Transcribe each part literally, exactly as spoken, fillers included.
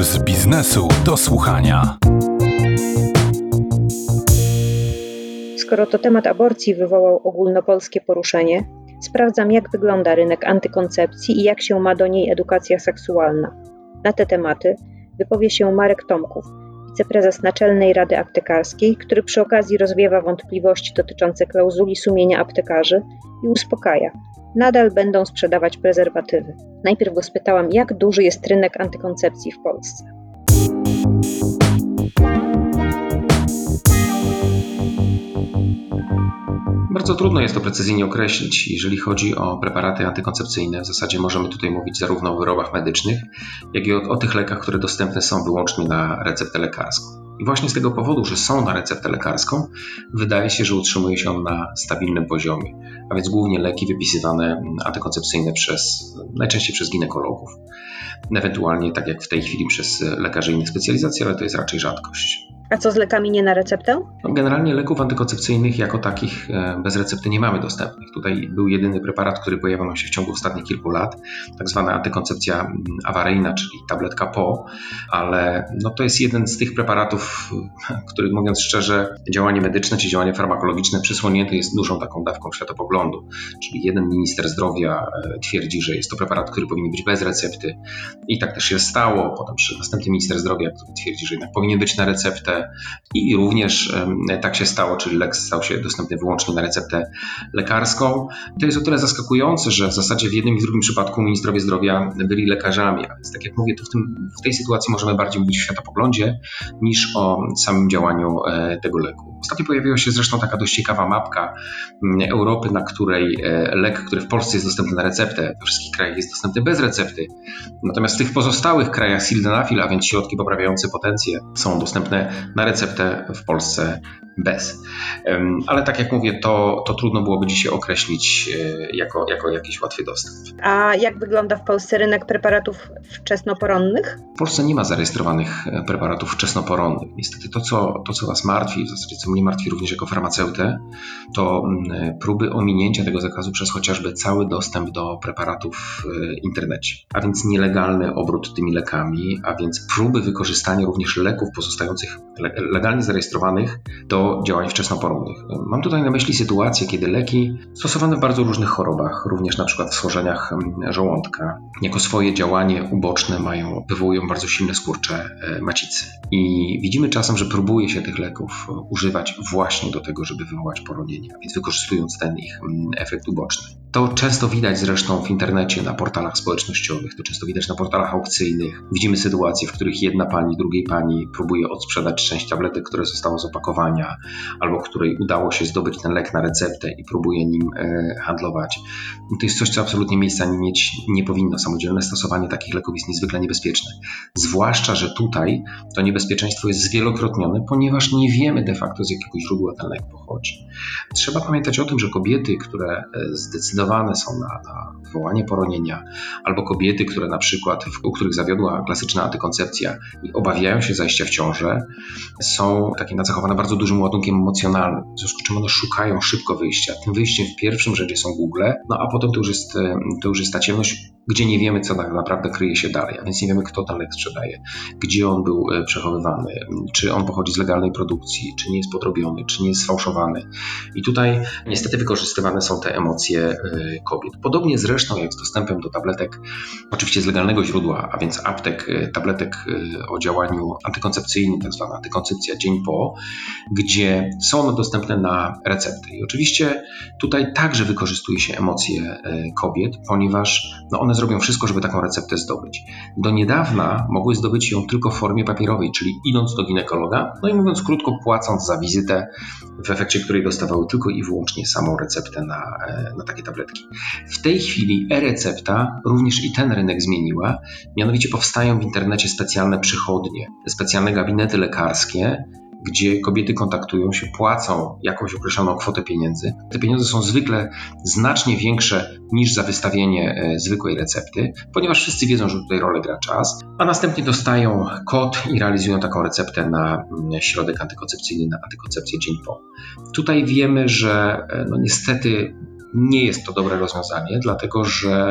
Z biznesu do słuchania. Skoro to temat aborcji wywołał ogólnopolskie poruszenie, sprawdzam, jak wygląda rynek antykoncepcji i jak się ma do niej edukacja seksualna. Na te tematy wypowie się Marek Tomków, wiceprezes Naczelnej Rady Aptekarskiej, który przy okazji rozwiewa wątpliwości dotyczące klauzuli sumienia aptekarzy i uspokaja. Nadal będą sprzedawać prezerwatywy. Najpierw go spytałam, jak duży jest rynek antykoncepcji w Polsce. Bardzo trudno jest to precyzyjnie określić. Jeżeli chodzi o preparaty antykoncepcyjne, w zasadzie możemy tutaj mówić zarówno o wyrobach medycznych, jak i o, o tych lekach, które dostępne są wyłącznie na receptę lekarską. I właśnie z tego powodu, że są na receptę lekarską, wydaje się, że utrzymuje się on na stabilnym poziomie, a więc głównie leki wypisywane antykoncepcyjne przez, najczęściej przez ginekologów, ewentualnie tak jak w tej chwili przez lekarzy innych specjalizacji, ale to jest raczej rzadkość. A co z lekami nie na receptę? No, generalnie leków antykoncepcyjnych jako takich bez recepty nie mamy dostępnych. Tutaj był jedyny preparat, który pojawił się w ciągu ostatnich kilku lat, tak zwana antykoncepcja awaryjna, czyli tabletka P O, ale no, to jest jeden z tych preparatów, który, mówiąc szczerze, działanie medyczne czy działanie farmakologiczne przysłonięte jest dużą taką dawką światopoglądu. Czyli jeden minister zdrowia twierdzi, że jest to preparat, który powinien być bez recepty i tak też się stało. Potem przy następny minister zdrowia, który twierdzi, że jednak powinien być na receptę. I również tak się stało, czyli lek stał się dostępny wyłącznie na receptę lekarską. To jest o tyle zaskakujące, że w zasadzie w jednym i w drugim przypadku ministrowie zdrowia byli lekarzami, a więc tak jak mówię, to w, tym, w tej sytuacji możemy bardziej mówić o światopoglądzie niż o samym działaniu tego leku. Ostatnio pojawiła się zresztą taka dość ciekawa mapka Europy, na której lek, który w Polsce jest dostępny na receptę, we wszystkich krajach jest dostępny bez recepty. Natomiast w tych pozostałych krajach sildenafil, a więc środki poprawiające potencję, są dostępne na receptę, w Polsce bez. Ale tak jak mówię, to, to trudno byłoby dzisiaj określić jako, jako jakiś łatwy dostęp. A jak wygląda w Polsce rynek preparatów wczesnoporonnych? W Polsce nie ma zarejestrowanych preparatów wczesnoporonnych. Niestety to, co, to, co nas martwi, w zasadzie co mnie martwi również jako farmaceutę, to próby ominięcia tego zakazu przez chociażby cały dostęp do preparatów w internecie. A więc nielegalny obrót tymi lekami, a więc próby wykorzystania również leków pozostających legalnie zarejestrowanych do działań wczesnoporonnych. Mam tutaj na myśli sytuację, kiedy leki stosowane w bardzo różnych chorobach, również na przykład w schorzeniach żołądka, jako swoje działanie uboczne mają, wywołują bardzo silne skurcze macicy. I widzimy czasem, że próbuje się tych leków używać właśnie do tego, żeby wywołać poronienie, a więc wykorzystując ten ich efekt uboczny. To często widać zresztą w internecie, na portalach społecznościowych, to często widać na portalach aukcyjnych. Widzimy sytuacje, w których jedna pani drugiej pani próbuje odsprzedać część tabletek, które zostało z opakowania, albo której udało się zdobyć ten lek na receptę i próbuje nim e, handlować. To jest coś, co absolutnie miejsca nie mieć nie powinno. Samodzielne stosowanie takich leków jest niezwykle niebezpieczne. Zwłaszcza, że tutaj to niebezpieczeństwo jest zwielokrotnione, ponieważ nie wiemy de facto, z jakiego źródła ten lek pochodzi. Trzeba pamiętać o tym, że kobiety, które zdecydowane są na, na wywołanie poronienia, albo kobiety, które na przykład, u których zawiodła klasyczna antykoncepcja i obawiają się zajścia w ciążę, są takie nacechowane bardzo dużym ładunkiem emocjonalnym, w związku z czym one szukają szybko wyjścia. Tym wyjściem w pierwszym rzędzie są Google, no a potem to już jest, to już jest ta ciemność, gdzie nie wiemy, co tak naprawdę kryje się dalej, a więc nie wiemy, kto ten lek sprzedaje, gdzie on był przechowywany, czy on pochodzi z legalnej produkcji, czy nie jest podrobiony, czy nie jest sfałszowany. I tutaj niestety wykorzystywane są te emocje kobiet. Podobnie zresztą jak z dostępem do tabletek, oczywiście z legalnego źródła, a więc aptek, tabletek o działaniu antykoncepcyjnym, tak zwana antykoncepcja dzień po, gdzie są one dostępne na receptę. I oczywiście tutaj także wykorzystuje się emocje kobiet, ponieważ no one zrobią wszystko, żeby taką receptę zdobyć. Do niedawna mogły zdobyć ją tylko w formie papierowej, czyli idąc do ginekologa, no i mówiąc krótko, płacąc za wizytę, w efekcie której dostawały tylko i wyłącznie samą receptę na, na takie tabletki. W tej chwili e-recepta również i ten rynek zmieniła, mianowicie powstają w internecie specjalne przychodnie, specjalne gabinety lekarskie, gdzie kobiety kontaktują się, płacą jakąś określoną kwotę pieniędzy. Te pieniądze są zwykle znacznie większe niż za wystawienie e, zwykłej recepty, ponieważ wszyscy wiedzą, że tutaj rolę gra czas, a następnie dostają kod i realizują taką receptę na m, środek antykoncepcyjny, na antykoncepcję dzień po. Tutaj wiemy, że e, no niestety nie jest to dobre rozwiązanie, dlatego że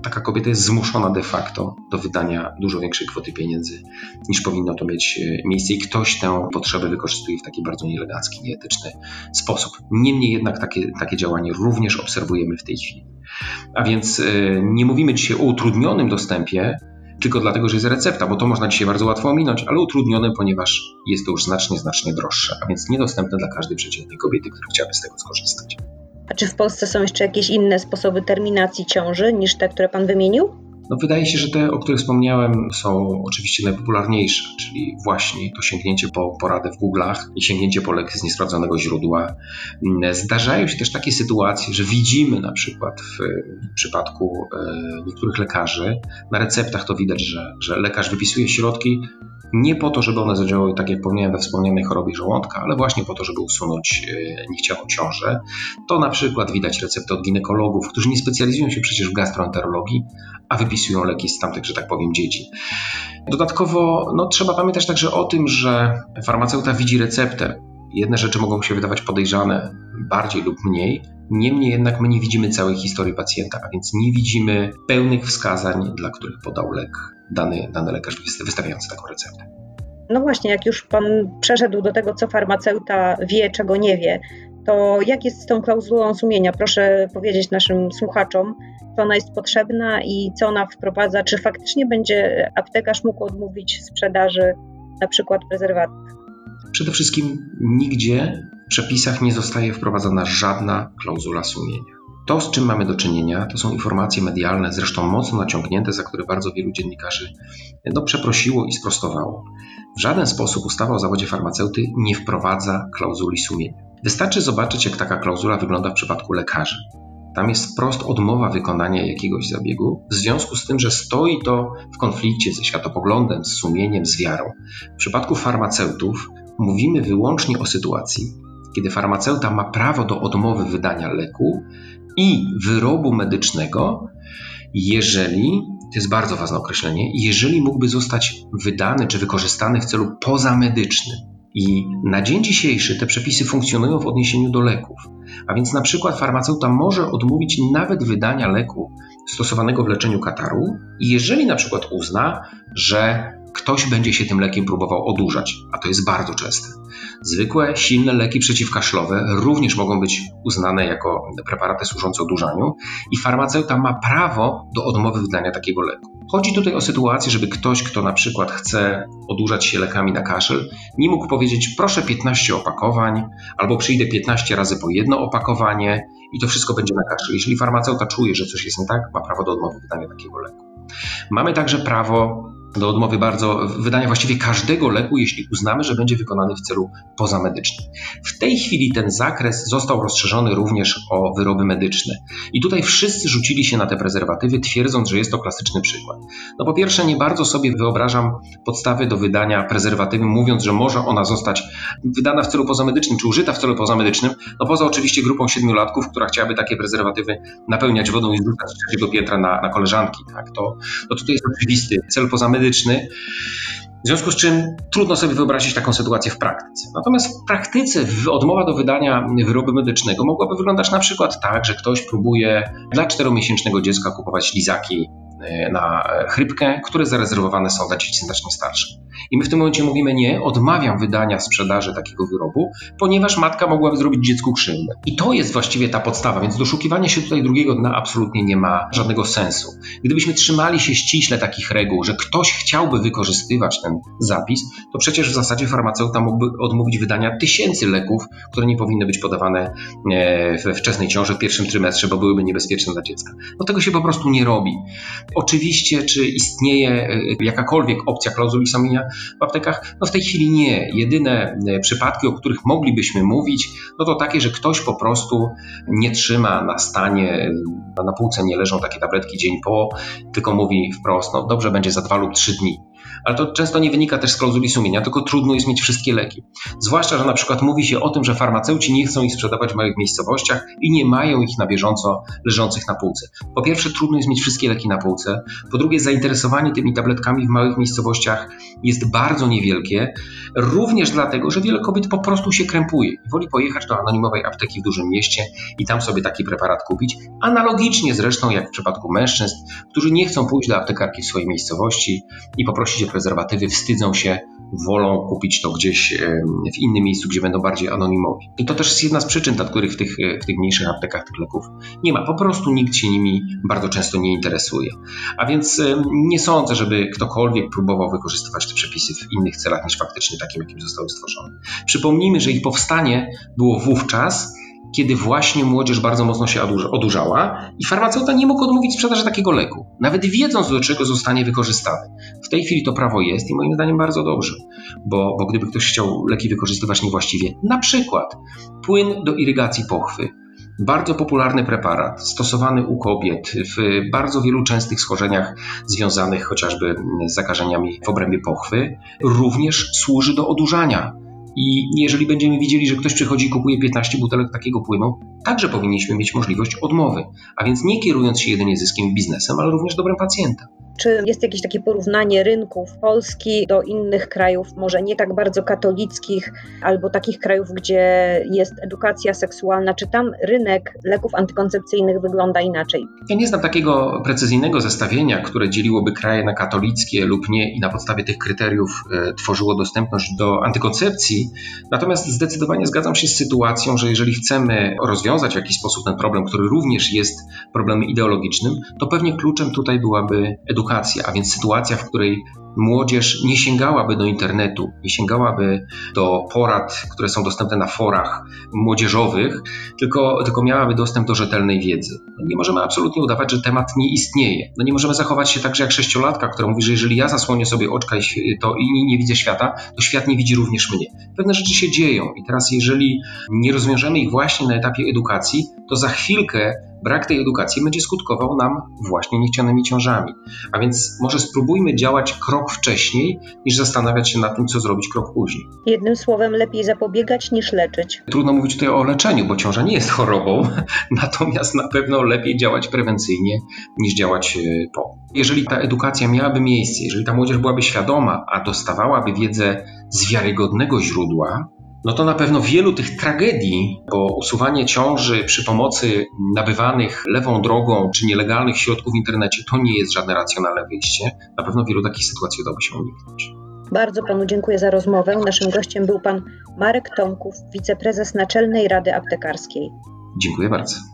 taka kobieta jest zmuszona de facto do wydania dużo większej kwoty pieniędzy, niż powinno to mieć miejsce i ktoś tę potrzebę wykorzystuje w taki bardzo nieelegancki, nieetyczny sposób. Niemniej jednak takie, takie działanie również obserwujemy w tej chwili. A więc yy, nie mówimy dzisiaj o utrudnionym dostępie, tylko dlatego, że jest recepta, bo to można dzisiaj bardzo łatwo ominąć, ale utrudnionym, ponieważ jest to już znacznie, znacznie droższe, a więc niedostępne dla każdej przeciętnej kobiety, która chciałaby z tego skorzystać. A czy w Polsce są jeszcze jakieś inne sposoby terminacji ciąży niż te, które Pan wymienił? No wydaje się, że te, o których wspomniałem, są oczywiście najpopularniejsze, czyli właśnie to sięgnięcie po poradę w Google'ach i sięgnięcie po lek z niesprawdzonego źródła. Zdarzają się też takie sytuacje, że widzimy na przykład w przypadku niektórych lekarzy, na receptach to widać, że, że lekarz wypisuje środki nie po to, żeby one zadziałały, tak jak wspomniałem, we wspomnianej chorobie żołądka, ale właśnie po to, żeby usunąć niechcianą ciążę. To na przykład widać recepty od ginekologów, którzy nie specjalizują się przecież w gastroenterologii, a wypisują leki z tamtych, że tak powiem, dzieci. Dodatkowo no, trzeba pamiętać także o tym, że farmaceuta widzi receptę. Jedne rzeczy mogą się wydawać podejrzane bardziej lub mniej, niemniej jednak my nie widzimy całej historii pacjenta, a więc nie widzimy pełnych wskazań, dla których podał lek dany, dany lekarz wystawiający taką receptę. No właśnie, jak już Pan przeszedł do tego, co farmaceuta wie, czego nie wie, to jak jest z tą klauzulą sumienia? Proszę powiedzieć naszym słuchaczom, co ona jest potrzebna i co ona wprowadza. Czy faktycznie będzie aptekarz mógł odmówić sprzedaży na przykład prezerwatyw? Przede wszystkim nigdzie w przepisach nie zostaje wprowadzona żadna klauzula sumienia. To, z czym mamy do czynienia, to są informacje medialne, zresztą mocno naciągnięte, za które bardzo wielu dziennikarzy no, przeprosiło i sprostowało. W żaden sposób ustawa o zawodzie farmaceuty nie wprowadza klauzuli sumienia. Wystarczy zobaczyć, jak taka klauzula wygląda w przypadku lekarzy. Tam jest wprost odmowa wykonania jakiegoś zabiegu, w związku z tym, że stoi to w konflikcie ze światopoglądem, z sumieniem, z wiarą. W przypadku farmaceutów mówimy wyłącznie o sytuacji, kiedy farmaceuta ma prawo do odmowy wydania leku i wyrobu medycznego, jeżeli, to jest bardzo ważne określenie, jeżeli mógłby zostać wydany czy wykorzystany w celu pozamedycznym. I na dzień dzisiejszy te przepisy funkcjonują w odniesieniu do leków. A więc na przykład farmaceuta może odmówić nawet wydania leku stosowanego w leczeniu kataru, jeżeli na przykład uzna, że ktoś będzie się tym lekiem próbował odurzać, a to jest bardzo częste. Zwykłe, silne leki przeciwkaszlowe również mogą być uznane jako preparaty służące odurzaniu i farmaceuta ma prawo do odmowy wydania takiego leku. Chodzi tutaj o sytuację, żeby ktoś, kto na przykład chce odurzać się lekami na kaszel, nie mógł powiedzieć proszę piętnaście opakowań albo przyjdę piętnaście razy po jedno opakowanie i to wszystko będzie na kaszel. Jeśli farmaceuta czuje, że coś jest nie tak, ma prawo do odmowy wydania takiego leku. Mamy także prawo do odmowy bardzo wydania właściwie każdego leku, jeśli uznamy, że będzie wykonany w celu pozamedycznym. W tej chwili ten zakres został rozszerzony również o wyroby medyczne. I tutaj wszyscy rzucili się na te prezerwatywy, twierdząc, że jest to klasyczny przykład. No po pierwsze, nie bardzo sobie wyobrażam podstawy do wydania prezerwatywy, mówiąc, że może ona zostać wydana w celu pozamedycznym, czy użyta w celu pozamedycznym, no poza oczywiście grupą siedmiolatków, która chciałaby takie prezerwatywy napełniać wodą i zrzucać z trzeciego piętra na, na koleżanki. Tak? To, to tutaj jest oczywisty cel pozamedyczny. W związku z czym trudno sobie wyobrazić taką sytuację w praktyce. Natomiast w praktyce odmowa do wydania wyrobu medycznego mogłaby wyglądać na przykład tak, że ktoś próbuje dla czteromiesięcznego dziecka kupować lizaki na chrypkę, które zarezerwowane są dla dzieci znacznie starszych. I my w tym momencie mówimy nie, odmawiam wydania sprzedaży takiego wyrobu, ponieważ matka mogłaby zrobić dziecku krzywdę. I to jest właściwie ta podstawa, więc doszukiwanie się tutaj drugiego dna absolutnie nie ma żadnego sensu. Gdybyśmy trzymali się ściśle takich reguł, że ktoś chciałby wykorzystywać ten zapis, to przecież w zasadzie farmaceuta mógłby odmówić wydania tysięcy leków, które nie powinny być podawane we wczesnej ciąży w pierwszym trymestrze, bo byłyby niebezpieczne dla dziecka. No tego się po prostu nie robi. Oczywiście, czy istnieje jakakolwiek opcja klauzuli sumienia w aptekach? No w tej chwili nie. Jedyne przypadki, o których moglibyśmy mówić, no to takie, że ktoś po prostu nie trzyma na stanie, na półce nie leżą takie tabletki dzień po, tylko mówi wprost, no dobrze będzie za dwa lub trzy dni. ale to często nie wynika też z klauzuli sumienia, tylko trudno jest mieć wszystkie leki. Zwłaszcza, że na przykład mówi się o tym, że farmaceuci nie chcą ich sprzedawać w małych miejscowościach i nie mają ich na bieżąco leżących na półce. Po pierwsze, trudno jest mieć wszystkie leki na półce. Po drugie, zainteresowanie tymi tabletkami w małych miejscowościach jest bardzo niewielkie, również dlatego, że wiele kobiet po prostu się krępuje i woli pojechać do anonimowej apteki w dużym mieście i tam sobie taki preparat kupić. Analogicznie zresztą jak w przypadku mężczyzn, którzy nie chcą pójść do aptekarki w swojej miejscowości i poprosić o prezerwatywy, wstydzą się, wolą kupić to gdzieś w innym miejscu, gdzie będą bardziej anonimowi. I to też jest jedna z przyczyn, dla których w tych, w tych mniejszych aptekach tych leków nie ma. Po prostu nikt się nimi bardzo często nie interesuje. A więc nie sądzę, żeby ktokolwiek próbował wykorzystywać te przepisy w innych celach niż faktycznie takim, jakim zostały stworzone. Przypomnijmy, że ich powstanie było wówczas, kiedy właśnie młodzież bardzo mocno się odurzała i farmaceuta nie mógł odmówić sprzedaży takiego leku, nawet wiedząc, do czego zostanie wykorzystany. W tej chwili to prawo jest i moim zdaniem bardzo dobrze, bo, bo gdyby ktoś chciał leki wykorzystywać niewłaściwie, na przykład płyn do irygacji pochwy, bardzo popularny preparat, stosowany u kobiet w bardzo wielu częstych schorzeniach związanych chociażby z zakażeniami w obrębie pochwy, również służy do odurzania. I jeżeli będziemy widzieli, że ktoś przychodzi i kupuje piętnaście butelek takiego płynu, także powinniśmy mieć możliwość odmowy, a więc nie kierując się jedynie zyskiem i biznesem, ale również dobrem pacjenta. Czy jest jakieś takie porównanie rynków Polski do innych krajów, może nie tak bardzo katolickich, albo takich krajów, gdzie jest edukacja seksualna? Czy tam rynek leków antykoncepcyjnych wygląda inaczej? Ja nie znam takiego precyzyjnego zestawienia, które dzieliłoby kraje na katolickie lub nie i na podstawie tych kryteriów e, tworzyło dostępność do antykoncepcji. Natomiast zdecydowanie zgadzam się z sytuacją, że jeżeli chcemy rozwiązać w jakiś sposób ten problem, który również jest problemem ideologicznym, to pewnie kluczem tutaj byłaby edukacja. Edukacja, a więc sytuacja, w której młodzież nie sięgałaby do internetu, nie sięgałaby do porad, które są dostępne na forach młodzieżowych, tylko, tylko miałaby dostęp do rzetelnej wiedzy. Nie możemy absolutnie udawać, że temat nie istnieje. No nie możemy zachować się tak, że jak sześciolatka, która mówi, że jeżeli ja zasłonię sobie oczka i, to, i nie widzę świata, to świat nie widzi również mnie. Pewne rzeczy się dzieją i teraz jeżeli nie rozwiążemy ich właśnie na etapie edukacji, to za chwilkę brak tej edukacji będzie skutkował nam właśnie niechcianymi ciążami. A więc może spróbujmy działać krok wcześniej, niż zastanawiać się nad tym, co zrobić krok później. Jednym słowem, lepiej zapobiegać niż leczyć. Trudno mówić tutaj o leczeniu, bo ciąża nie jest chorobą, natomiast na pewno lepiej działać prewencyjnie niż działać po. Jeżeli ta edukacja miałaby miejsce, jeżeli ta młodzież byłaby świadoma, a dostawałaby wiedzę z wiarygodnego źródła, no to na pewno wielu tych tragedii, bo usuwanie ciąży przy pomocy nabywanych lewą drogą czy nielegalnych środków w internecie to nie jest żadne racjonalne wyjście. Na pewno wielu takich sytuacji udało się uniknąć. Bardzo panu dziękuję za rozmowę. Naszym gościem był pan Marek Tomków, wiceprezes Naczelnej Rady Aptekarskiej. Dziękuję bardzo.